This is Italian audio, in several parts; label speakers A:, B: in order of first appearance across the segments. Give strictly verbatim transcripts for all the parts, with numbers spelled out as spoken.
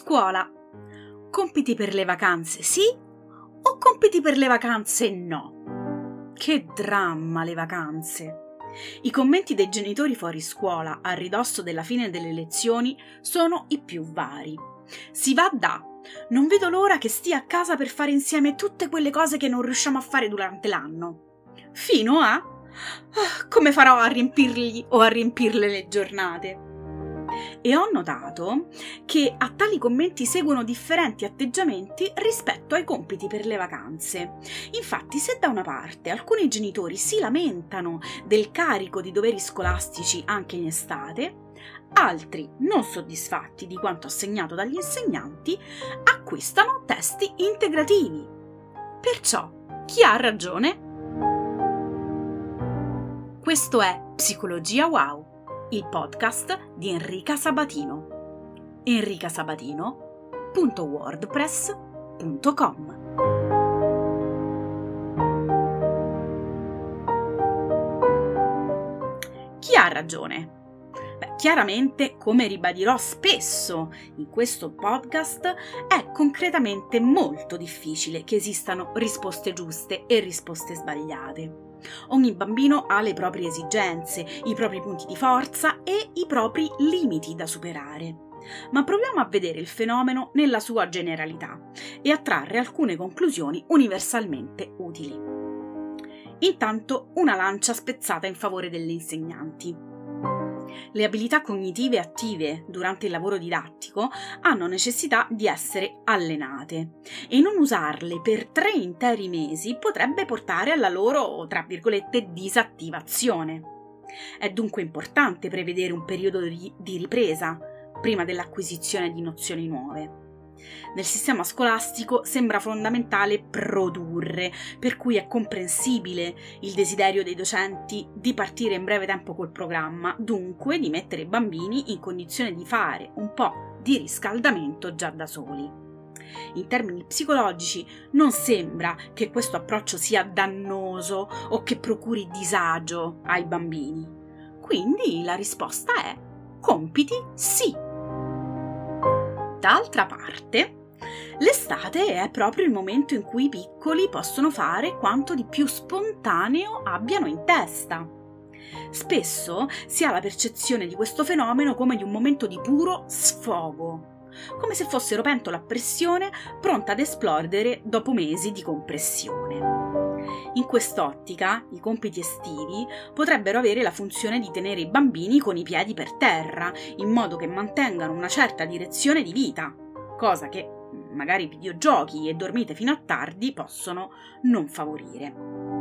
A: scuola. Compiti per le vacanze sì o compiti per le vacanze no? Che dramma le vacanze! I commenti dei genitori fuori scuola a ridosso della fine delle lezioni sono i più vari. Si va da "non vedo l'ora che stia a casa per fare insieme tutte quelle cose che non riusciamo a fare durante l'anno", fino a "ah, come farò a riempirgli o a riempirle le giornate". E ho notato che a tali commenti seguono differenti atteggiamenti rispetto ai compiti per le vacanze. Infatti, se da una parte alcuni genitori si lamentano del carico di doveri scolastici anche in estate, altri, non soddisfatti di quanto assegnato dagli insegnanti, acquistano testi integrativi. Perciò, chi ha ragione? Questo è Psicologia Wow, il podcast di Enrica Sabatino. enricasabatino punto wordpress punto com. Chi ha ragione? Beh, chiaramente, come ribadirò spesso in questo podcast, è concretamente molto difficile che esistano risposte giuste e risposte sbagliate. Ogni bambino ha le proprie esigenze, i propri punti di forza e i propri limiti da superare. Ma proviamo a vedere il fenomeno nella sua generalità e a trarre alcune conclusioni universalmente utili. Intanto, una lancia spezzata in favore degli insegnanti. Le abilità cognitive attive durante il lavoro didattico hanno necessità di essere allenate e non usarle per tre interi mesi potrebbe portare alla loro, tra virgolette, disattivazione. È dunque importante prevedere un periodo di ripresa prima dell'acquisizione di nozioni nuove. Nel sistema scolastico sembra fondamentale produrre, per cui è comprensibile il desiderio dei docenti di partire in breve tempo col programma, dunque di mettere i bambini in condizione di fare un po' di riscaldamento già da soli. In termini psicologici non sembra che questo approccio sia dannoso o che procuri disagio ai bambini. Quindi la risposta è compiti sì. D'altra parte, l'estate è proprio il momento in cui i piccoli possono fare quanto di più spontaneo abbiano in testa. Spesso si ha la percezione di questo fenomeno come di un momento di puro sfogo, come se fossero pentole a pressione pronta ad esplodere dopo mesi di compressione. In quest'ottica, i compiti estivi potrebbero avere la funzione di tenere i bambini con i piedi per terra, in modo che mantengano una certa direzione di vita, cosa che magari videogiochi e dormite fino a tardi possono non favorire.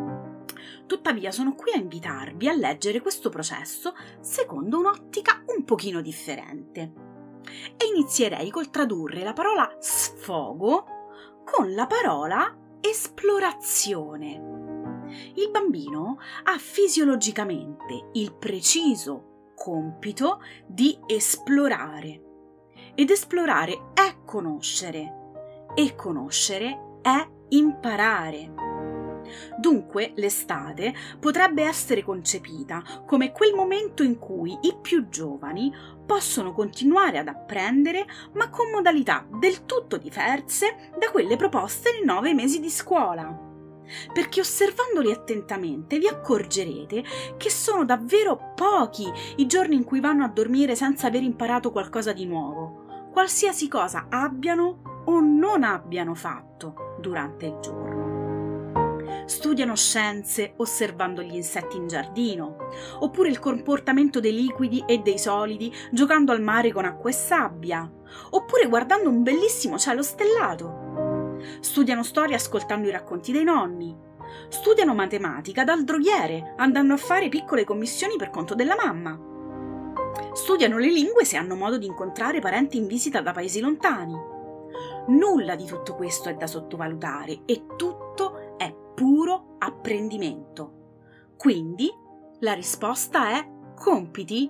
A: Tuttavia sono qui a invitarvi a leggere questo processo secondo un'ottica un pochino differente. E inizierei col tradurre la parola sfogo con la parola esplorazione. Il bambino ha fisiologicamente il preciso compito di esplorare. Ed esplorare è conoscere. E conoscere è imparare. Dunque, l'estate potrebbe essere concepita come quel momento in cui i più giovani possono continuare ad apprendere, ma con modalità del tutto diverse da quelle proposte nei nove mesi di scuola. Perché osservandoli attentamente vi accorgerete che sono davvero pochi i giorni in cui vanno a dormire senza aver imparato qualcosa di nuovo, qualsiasi cosa abbiano o non abbiano fatto durante il giorno. Studiano scienze osservando gli insetti in giardino, oppure il comportamento dei liquidi e dei solidi giocando al mare con acqua e sabbia, oppure guardando un bellissimo cielo stellato. Studiano storia ascoltando i racconti dei nonni. Studiano matematica dal droghiere, andando a fare piccole commissioni per conto della mamma. Studiano le lingue se hanno modo di incontrare parenti in visita da paesi lontani. Nulla di tutto questo è da sottovalutare e tutto è puro apprendimento. Quindi la risposta è compiti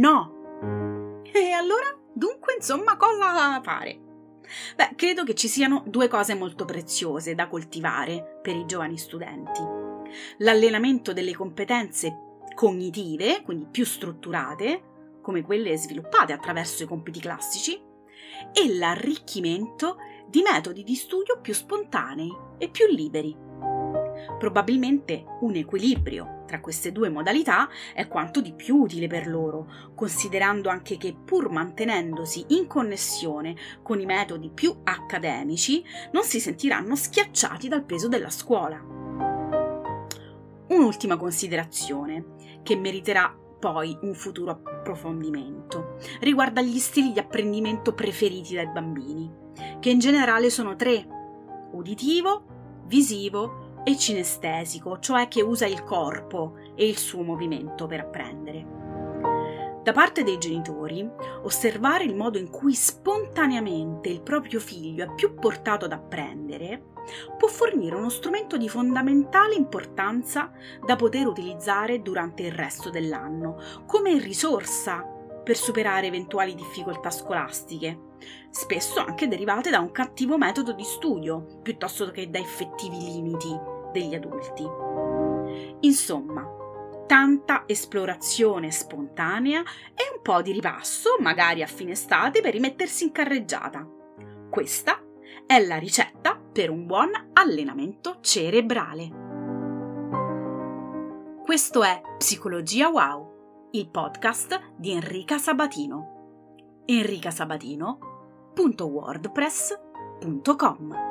A: no. E allora, dunque, insomma, cosa fare? Beh, credo che ci siano due cose molto preziose da coltivare per i giovani studenti. L'allenamento delle competenze cognitive, quindi più strutturate, come quelle sviluppate attraverso i compiti classici, e l'arricchimento di metodi di studio più spontanei e più liberi. Probabilmente un equilibrio tra queste due modalità è quanto di più utile per loro, considerando anche che, pur mantenendosi in connessione con i metodi più accademici, non si sentiranno schiacciati dal peso della scuola. Un'ultima considerazione, che meriterà poi un futuro approfondimento, riguarda gli stili di apprendimento preferiti dai bambini, che in generale sono tre: uditivo, visivo e cinestesico, cioè che usa il corpo e il suo movimento per apprendere. Da parte dei genitori, osservare il modo in cui spontaneamente il proprio figlio è più portato ad apprendere può fornire uno strumento di fondamentale importanza da poter utilizzare durante il resto dell'anno, come risorsa per superare eventuali difficoltà scolastiche, spesso anche derivate da un cattivo metodo di studio, piuttosto che da effettivi limiti degli adulti. Insomma, tanta esplorazione spontanea e un po' di ripasso, magari a fine estate, per rimettersi in carreggiata. Questa è la ricetta per un buon allenamento cerebrale. Questo è Psicologia Wow, il podcast di Enrica Sabatino. enricasabatino punto wordpress punto com